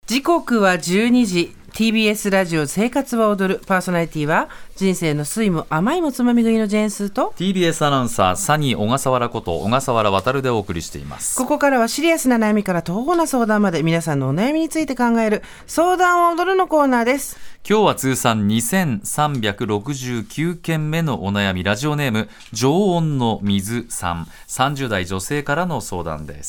時刻は12時。 TBS ラジオ生活は踊る。パーソナリティは人生の酸いも甘いもつまみ食いのジェーンスーと TBS アナウンサーサニー小笠原こと小笠原渉でお送りしています。 ここからはシリアスな悩みから途方な相談まで皆さんのお悩みについて考える相談を踊るのコーナーです。 今日は通算2369件目のお悩み、ラジオネーム常温の水さん、30代女性からの相談です。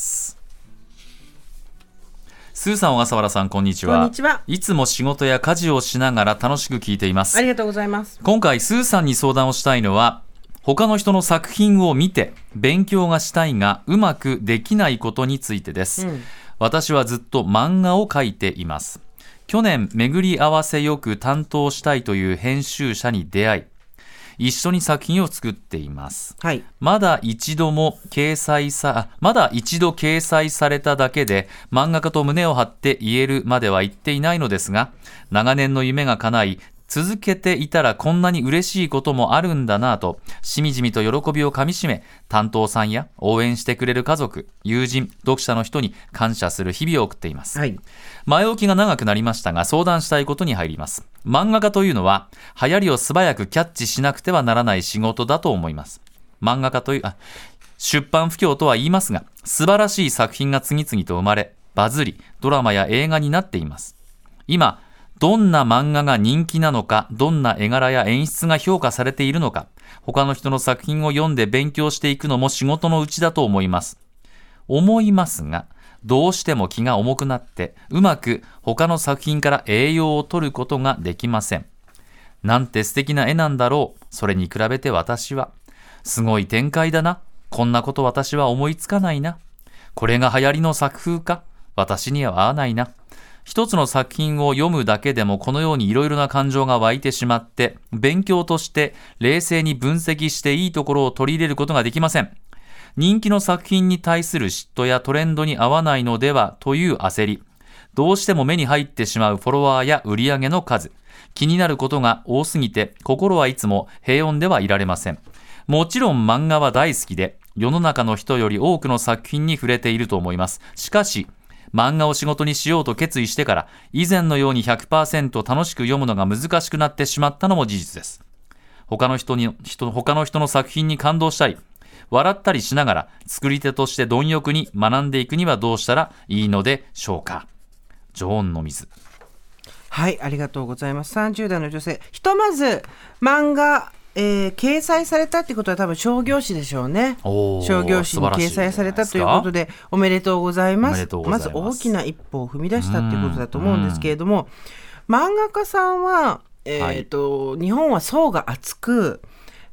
スーさん、小笠原さん、こんにちは。 こんにちは。 いつも仕事や家事をしながら楽しく聞いています。 ありがとうございます。 今回スーさんに相談をしたいのは、他の人の作品を見て勉強がしたいがうまくできないことについてです。私はずっと漫画を描いています。去年巡り合わせよく担当したいという編集者に出会い、一緒に作品を作っています。まだ一度掲載されただけで漫画家と胸を張って言えるまでは言っていないのですが、長年の夢が叶い続けていたらこんなに嬉しいこともあるんだなぁと、しみじみと喜びをかみしめ、担当さんや応援してくれる家族、友人、読者の人に感謝する日々を送っています。前置きが長くなりましたが、相談したいことに入ります。漫画家というのは流行りを素早くキャッチしなくてはならない仕事だと思います。漫画家という出版不況とは言いますが、素晴らしい作品が次々と生まれ、バズり、ドラマや映画になっています。今どんな漫画が人気なのか、どんな絵柄や演出が評価されているのか、他の人の作品を読んで勉強していくのも仕事のうちだと思いますが、どうしても気が重くなってうまく他の作品から栄養を取ることができません。なんて素敵な絵なんだろう。それに比べて私はすごい展開だな。こんなこと私は思いつかないな。これが流行りの作風か。私には合わないな。一つの作品を読むだけでもこのようにいろいろな感情が湧いてしまって、勉強として冷静に分析していいところを取り入れることができません。人気の作品に対する嫉妬やトレンドに合わないのではという焦り、どうしても目に入ってしまうフォロワーや売り上げの数、気になることが多すぎて心はいつも平穏ではいられません。もちろん漫画は大好きで、世の中の人より多くの作品に触れていると思います。しかし漫画を仕事にしようと決意してから、以前のように 100% 楽しく読むのが難しくなってしまったのも事実です。他の人の作品に感動したり、笑ったりしながら作り手として貪欲に学んでいくにはどうしたらいいのでしょうか。常温の水。 はい、ありがとうございます。30代の女性。ひとまず漫画掲載されたってことは多分商業誌でしょうね。商業誌に掲載されたということでおめでとうございます。まず大きな一歩を踏み出したっていうことだと思うんですけれども、漫画家さんは、日本は層が厚く、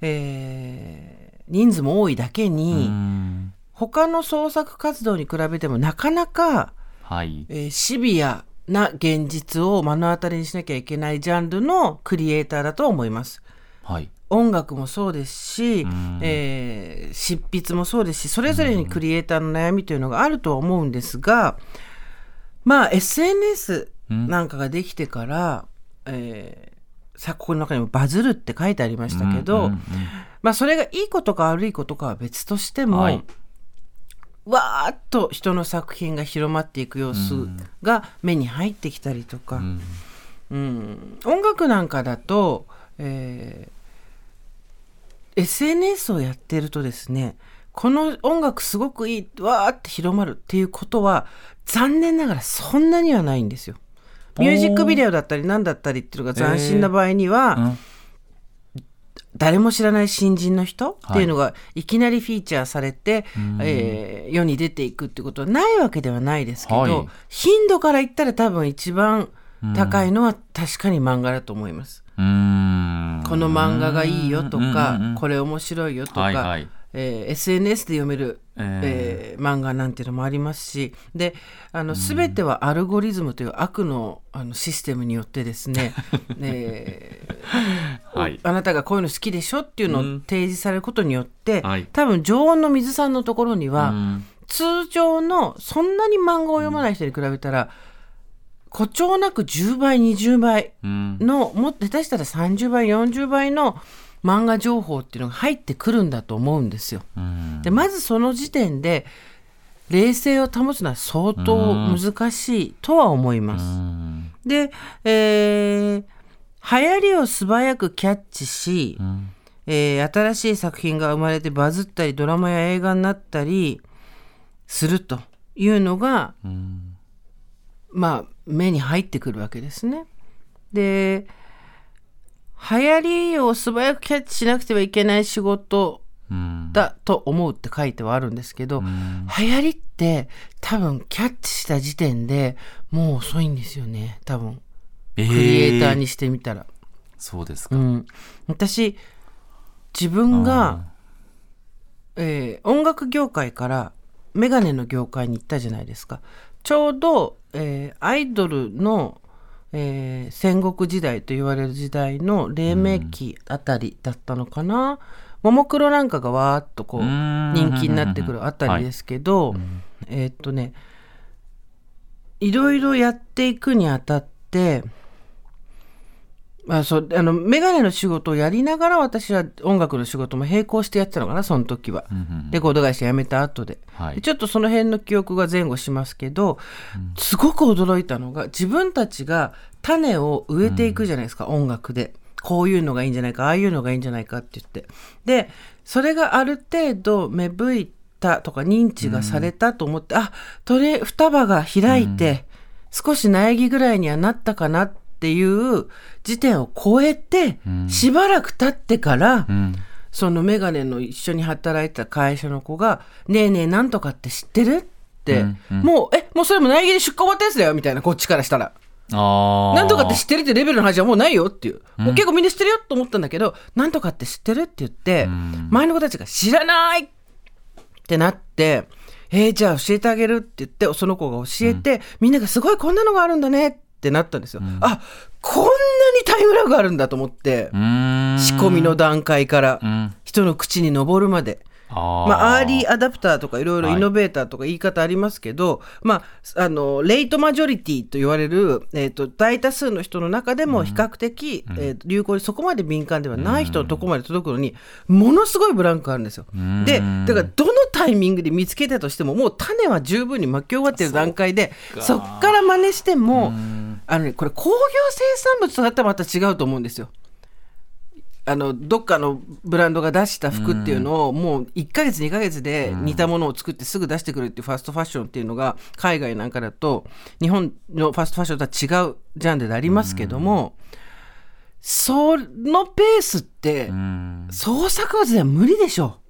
人数も多いだけに他の創作活動に比べてもなかなか、シビアな現実を目の当たりにしなきゃいけないジャンルのクリエイターだと思います。音楽もそうですし、執筆もそうですし、それぞれにクリエイターの悩みというのがあるとは思うんですが、SNS なんかができてから、ここの中にもバズるって書いてありましたけど、それがいいことか悪いことかは別としても、わーっと人の作品が広まっていく様子が目に入ってきたりとか、音楽なんかだと、SNS をやってるとですね、この音楽すごくいい、わーって広まるっていうことは残念ながらそんなにはないんですよ。ミュージックビデオだったり何だったりっていうのが斬新な場合には、誰も知らない新人の人っていうのがいきなりフィーチャーされて、世に出ていくっていうことはないわけではないですけど、頻度から言ったら多分一番高いのは確かに漫画だと思います。この漫画がいいよとか、これ面白いよとか、SNS で読める、漫画なんていうのもありますし、で全てはアルゴリズムという悪の、システムによってですね、あなたがこういうの好きでしょっていうのを提示されることによって、多分常温の水さんのところには、通常のそんなに漫画を読まない人に比べたら、誇張なく10倍20倍の、もっと下手したら30倍40倍の漫画情報っていうのが入ってくるんだと思うんですよ。でまずその時点で冷静を保つのは相当難しいとは思います。で、流行りを素早くキャッチし、新しい作品が生まれてバズったりドラマや映画になったりするというのが、まあ目に入ってくるわけですね。で、流行りを素早くキャッチしなくてはいけない仕事だと思うって書いてはあるんですけど、流行りって多分キャッチした時点でもう遅いんですよね、多分、クリエイターにしてみたら。 そうですか。 私自分が、音楽業界からメガネの業界に行ったじゃないですか。ちょうど、アイドルの、戦国時代と言われる時代の黎明期あたりだったのかな。ももクロなんかがわーっとこう人気になってくるあたりですけど、いろいろやっていくにあたって、メガネの仕事をやりながら私は音楽の仕事も並行してやってたのかな、その時は。レコード会社辞めた後で、ちょっとその辺の記憶が前後しますけど、すごく驚いたのが、自分たちが種を植えていくじゃないですか、音楽で。こういうのがいいんじゃないか、ああいうのがいいんじゃないかって言って、でそれがある程度芽吹いたとか認知がされたと思って、双葉が開いて、少し苗木ぐらいにはなったかなっていう時点を超えて、しばらく経ってから、そのメガネの一緒に働いてた会社の子が、ねえねえなんとかって知ってるって、もうそれも苗木で出荷終わったやつだよみたいな、こっちからしたら。なんとかって知ってるってレベルの話はもうないよっていう、もう結構みんな知ってるよと思ったんだけど、なんとかって知ってるって言って、周りの子たちが知らないってなって、じゃあ教えてあげるって言って、その子が教えて、みんながすごいこんなのがあるんだねってなったんですよ。こんなにタイムラグがあるんだと思って、仕込みの段階から人の口に上るまで。アーリーアダプターとかいろいろイノベーターとか言い方ありますけど、レイトマジョリティと言われる、大多数の人の中でも比較的、流行にそこまで敏感ではない人のとこまで届くのに、ものすごいブランクがあるんですよ。でだからどのタイミングで見つけたとしても、もう種は十分に巻き終わってる段階で、そっから真似しても、これ工業生産物だったらまた違うと思うんですよ。どっかのブランドが出した服っていうのをもう1ヶ月2ヶ月で似たものを作ってすぐ出してくるっていうファストファッションっていうのが、海外なんかだと日本のファストファッションとは違うジャンルでありますけども、そのペースって創作物では無理でしょ。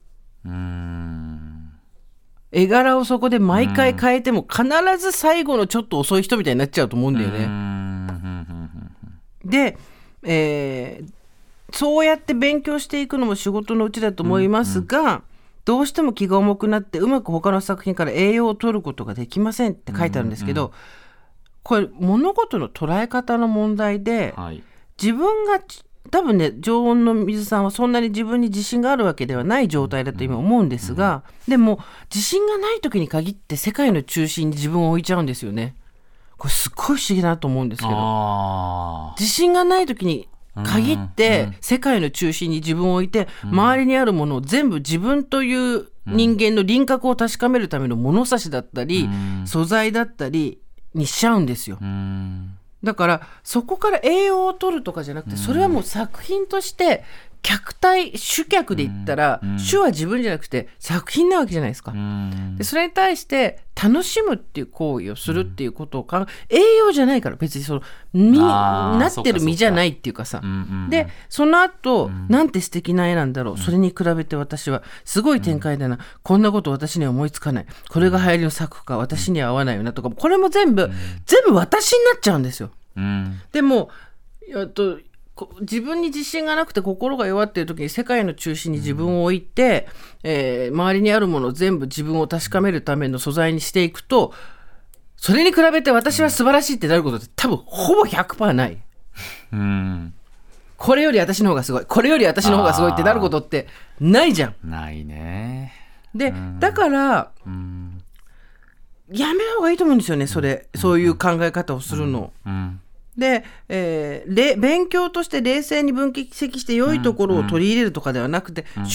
絵柄をそこで毎回変えても必ず最後のちょっと遅い人みたいになっちゃうと思うんだよね。で、そうやって勉強していくのも仕事のうちだと思いますが、どうしても気が重くなってうまく他の作品から栄養を取ることができませんって書いてあるんですけど、これ物事の捉え方の問題で、自分が多分ね、常温の水さんはそんなに自分に自信があるわけではない状態だと今思うんですが、でも自信がない時に限って世界の中心に自分を置いちゃうんですよね。これすっごい不思議だなと思うんですけど、自信がない時に限って世界の中心に自分を置いて、周りにあるものを全部自分という人間の輪郭を確かめるための物差しだったり、素材だったりにしちゃうんですよ。だからそこから栄養を取るとかじゃなくて、それはもう作品として客体、主客で言ったら、主は自分じゃなくて作品なわけじゃないですか。でそれに対して楽しむっていう行為をするっていうことを栄養じゃないから、別にそのなってる身じゃないっていうかさ、でその後、なんて素敵な絵なんだろう、それに比べて私はすごい展開だな、こんなこと私には思いつかない、これが流行りの作か、私には合わないよなとか、これも全部私になっちゃうんですよ。でも自分に自信がなくて心が弱っている時に世界の中心に自分を置いて、周りにあるものを全部自分を確かめるための素材にしていくと、それに比べて私は素晴らしいってなることって多分ほぼ 100% ない。これより私の方がすごい、これより私の方がすごいってなることってないじゃん。 ないね。 でだからやめた方がいいと思うんですよね、そういう考え方をするの。で、勉強として冷静に分析して良いところを取り入れるとかではなくて、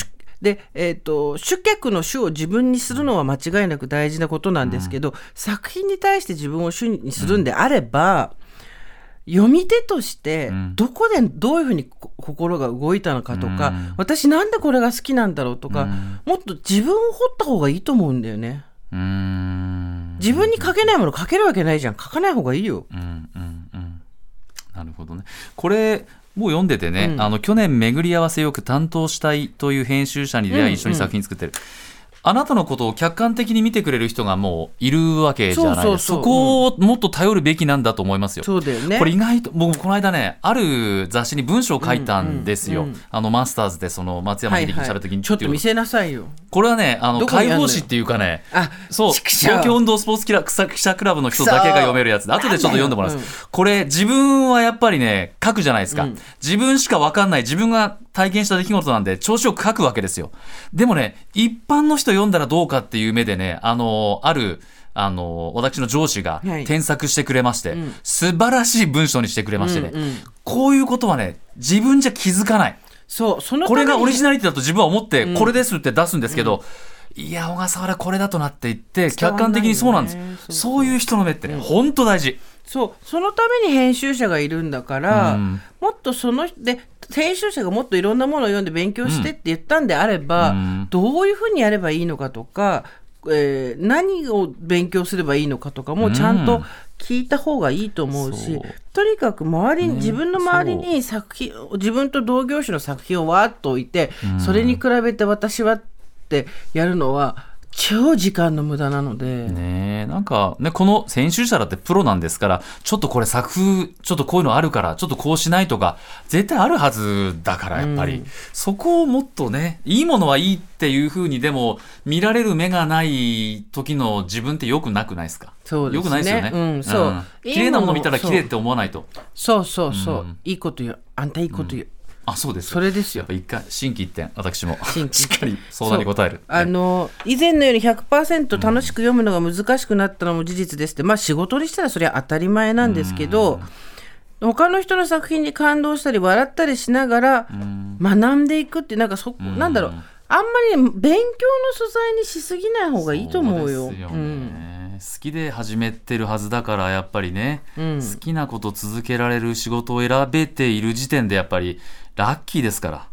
で、主客の主を自分にするのは間違いなく大事なことなんですけど、作品に対して自分を主にするんであれば、読み手としてどこでどういうふうに心が動いたのかとか、私なんでこれが好きなんだろうとか、もっと自分を掘った方がいいと思うんだよね。自分に書けないもの書けるわけないじゃん。書かない方がいいよ。 なるほどね。これもう読んでてね、去年巡り合わせよく担当したいという編集者に出会い、一緒に作品作ってる、あなたのことを客観的に見てくれる人がもういるわけじゃないですか。そこをもっと頼るべきなんだと思いますよ。 そうだよね。 これ意外と僕この間ね、ある雑誌に文章を書いたんですよ。マスターズでその松山英樹に喋る時に、 ちょっと見せなさいよ。 これはね、解放誌っていうかね、そう東京運動スポーツ記者クラブの人だけが読めるやつで、後でちょっと読んでもらいます。これ自分はやっぱりね書くじゃないですか。自分しか分かんない、自分が体験した出来事なんで調子よく書くわけですよ。でもね、一般の人読んだらどうかっていう目でね、ある私の上司が添削してくれまして、素晴らしい文章にしてくれましてね、こういうことはね、自分じゃ気づかない。そのこれがオリジナリティだと自分は思って、これですって出すんですけど、いや小笠原これだとなって言って客観的にそうなんです。そういう人の目ってね、本当大事。 そのために編集者がいるんだから、もっと編集者がもっといろんなものを読んで勉強してって言ったんであれば、どういうふうにやればいいのかとか、何を勉強すればいいのかとかもちゃんと聞いた方がいいと思うし、とにかく自分の周りに自分と同業種の作品をわーっと置いて、それに比べて私はってやるのは超時間の無駄なので、 なんかね、この編集者だってプロなんですから、ちょっとこれ作風ちょっとこういうのあるからちょっとこうしないとか絶対あるはずだから、やっぱり、そこをもっとね、いいものはいいっていう風にでも見られる目がない時の自分ってよくなくないですか。 そうですね、 よくないですよね。綺麗なもの見たら綺麗って思わないと。 いいこと言う、あんたいいこと言う、 そうです。 それですよ。 やっぱ一回心機一転、私もしっかり相談に答える。 以前のように 100% 楽しく読むのが難しくなったのも事実ですって、仕事にしたらそれは当たり前なんですけど、他の人の作品に感動したり笑ったりしながら学んでいくって、なんだろう、あんまり勉強の素材にしすぎない方がいいと思うよ。 そうですよね。好きで始めてるはずだから、やっぱりね、好きなこと続けられる仕事を選べている時点でやっぱりラッキーですから。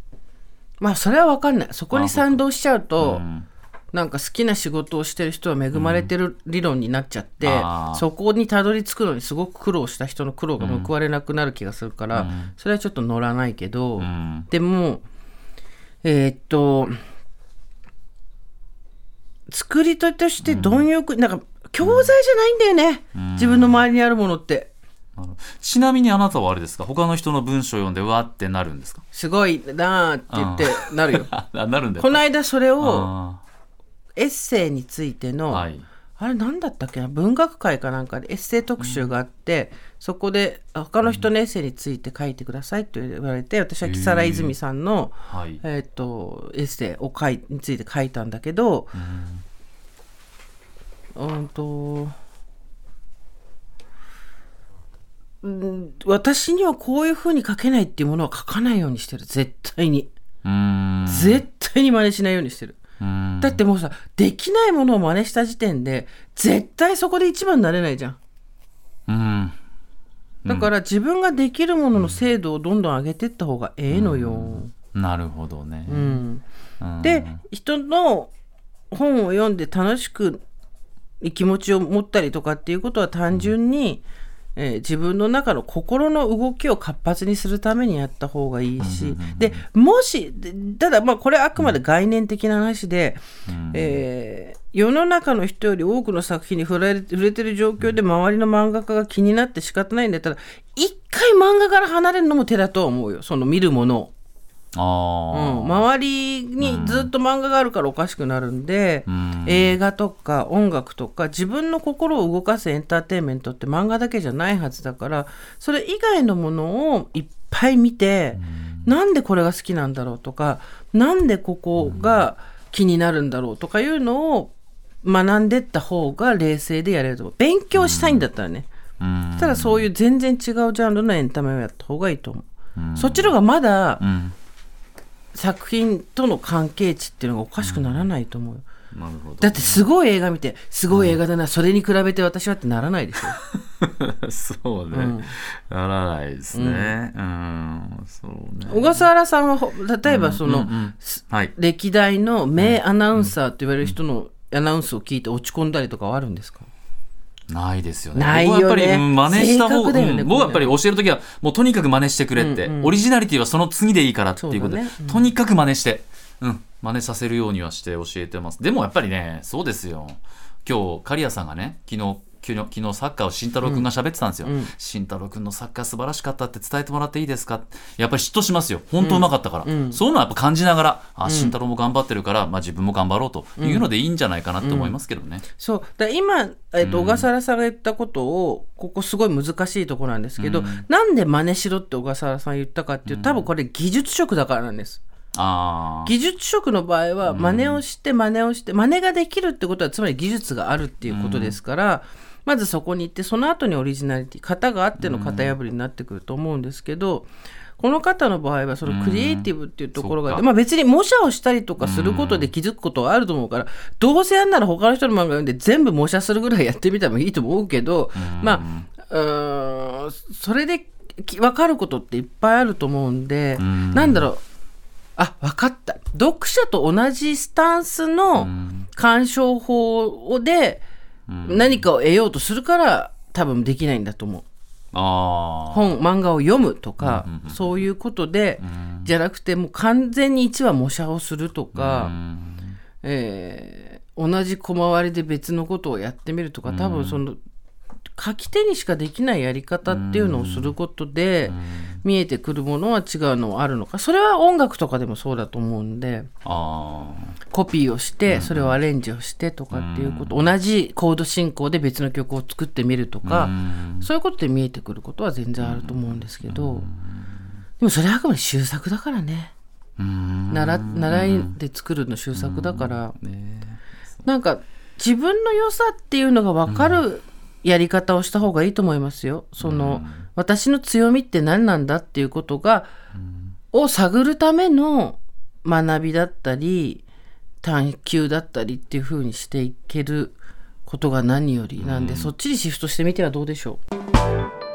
それは分かんない。そこに賛同しちゃうと、なんか好きな仕事をしてる人は恵まれてる理論になっちゃって、そこにたどり着くのにすごく苦労した人の苦労が報われなくなる気がするから、それはちょっと乗らないけど、でも作り手として貪欲、なんか教材じゃないんだよね、自分の周りにあるものって。 ちなみにあなたはあれですか、他の人の文章を読んでうわってなるんですか。 すごいなって言ってなるよなるんだよ。 この間それをエッセイについての、あれ何だったっけな、文学会かなんかでエッセイ特集があって、そこで他の人のエッセイについて書いてくださいと言われて、私は木更津泉さんの、エッセイについて書いたんだけど、私にはこういう風に書けないっていうものは書かないようにしてる。絶対に真似しないようにしてる。だってもうさ、できないものを真似した時点で絶対そこで一番になれないじゃん。だから自分ができるものの精度をどんどん上げていった方がええのよ。 なるほどね。 で、人の本を読んで楽しく気持ちを持ったりとかっていうことは単純に、自分の中の心の動きを活発にするためにやった方がいいし、でもしただこれはあくまで概念的な話で、世の中の人より多くの作品に触れてる状況で周りの漫画家が気になって仕方ないんだったら、一回漫画から離れるのも手だとは思うよ。その見るものを周りにずっと漫画があるからおかしくなるんで、映画とか音楽とか自分の心を動かすエンターテインメントって漫画だけじゃないはずだから、それ以外のものをいっぱい見て、なんでこれが好きなんだろうとか、なんでここが気になるんだろうとかいうのを学んでった方が冷静でやれると思う。勉強したいんだったらね、そしたらそういう全然違うジャンルのエンタメをやった方がいいと思う。そっちの方がまだ、 作品との関係値っていうのがおかしくならないと思うよ、 なるほど。 だってすごい映画見てすごい映画だな、それに比べて私はってならないでしょそうね、ならないですね。そうね。 小笠原さんは例えばその、 はい、 歴代の名アナウンサーと言われる人のアナウンスを聞いて落ち込んだりとかはあるんですか？ ないですよね。 ないよね。 僕はやっぱり真似した方が、 ね、 僕はやっぱり教えるときはもうとにかく真似してくれって、オリジナリティはその次でいいからっていうことで、とにかく真似して、真似させるようにはして教えてます。でもやっぱりね、そうですよ。今日刈谷さんがね、昨日サッカーを慎太郎くんが喋ってたんですよ。慎太郎くんのサッカー素晴らしかったって伝えてもらっていいですか？やっぱり嫉妬しますよ。本当うまかったから、そういうのはやっぱ感じながら、慎太郎も頑張ってるから、自分も頑張ろうというのでいいんじゃないかなと思いますけどね。 そうだ今、小笠原さんが言ったことをここすごい難しいところなんですけど、なんで真似しろって小笠原さん言ったかっていうと、多分これ技術職だからなんです。技術職の場合は真似をして真似ができるってことはつまり技術があるっていうことですから、まずそこに行ってその後にオリジナリティ型があっての型破りになってくると思うんですけど、この方の場合はそのクリエイティブっていうところが、別に模写をしたりとかすることで気づくことはあると思うから、どうせやんなら他の人の漫画読んで全部模写するぐらいやってみたらいいと思うけど、それで分かることっていっぱいあると思うんで、なんだろう、分かった。読者と同じスタンスの鑑賞法で何かを得ようとするから多分できないんだと思う。漫画を読むとか、そういうことで、じゃなくてもう完全に1話模写をするとか、同じ小回りで別のことをやってみるとか、多分その書き手にしかできないやり方っていうのをすることで見えてくるものは違うのはあるのか。それは音楽とかでもそうだと思うんで、コピーをしてそれをアレンジをしてとかっていうこと、同じコード進行で別の曲を作ってみるとか、そういうことで見えてくることは全然あると思うんですけど、でもそれはあくまで修作だからね。習いで作るの修作だから、なんか自分の良さっていうのが分かるやり方をした方がいいと思いますよ。その、私の強みって何なんだっていうことを探るための学びだったり探求だったりっていう風にしていけることが何よりなんで、そっちにシフトしてみてはどうでしょう。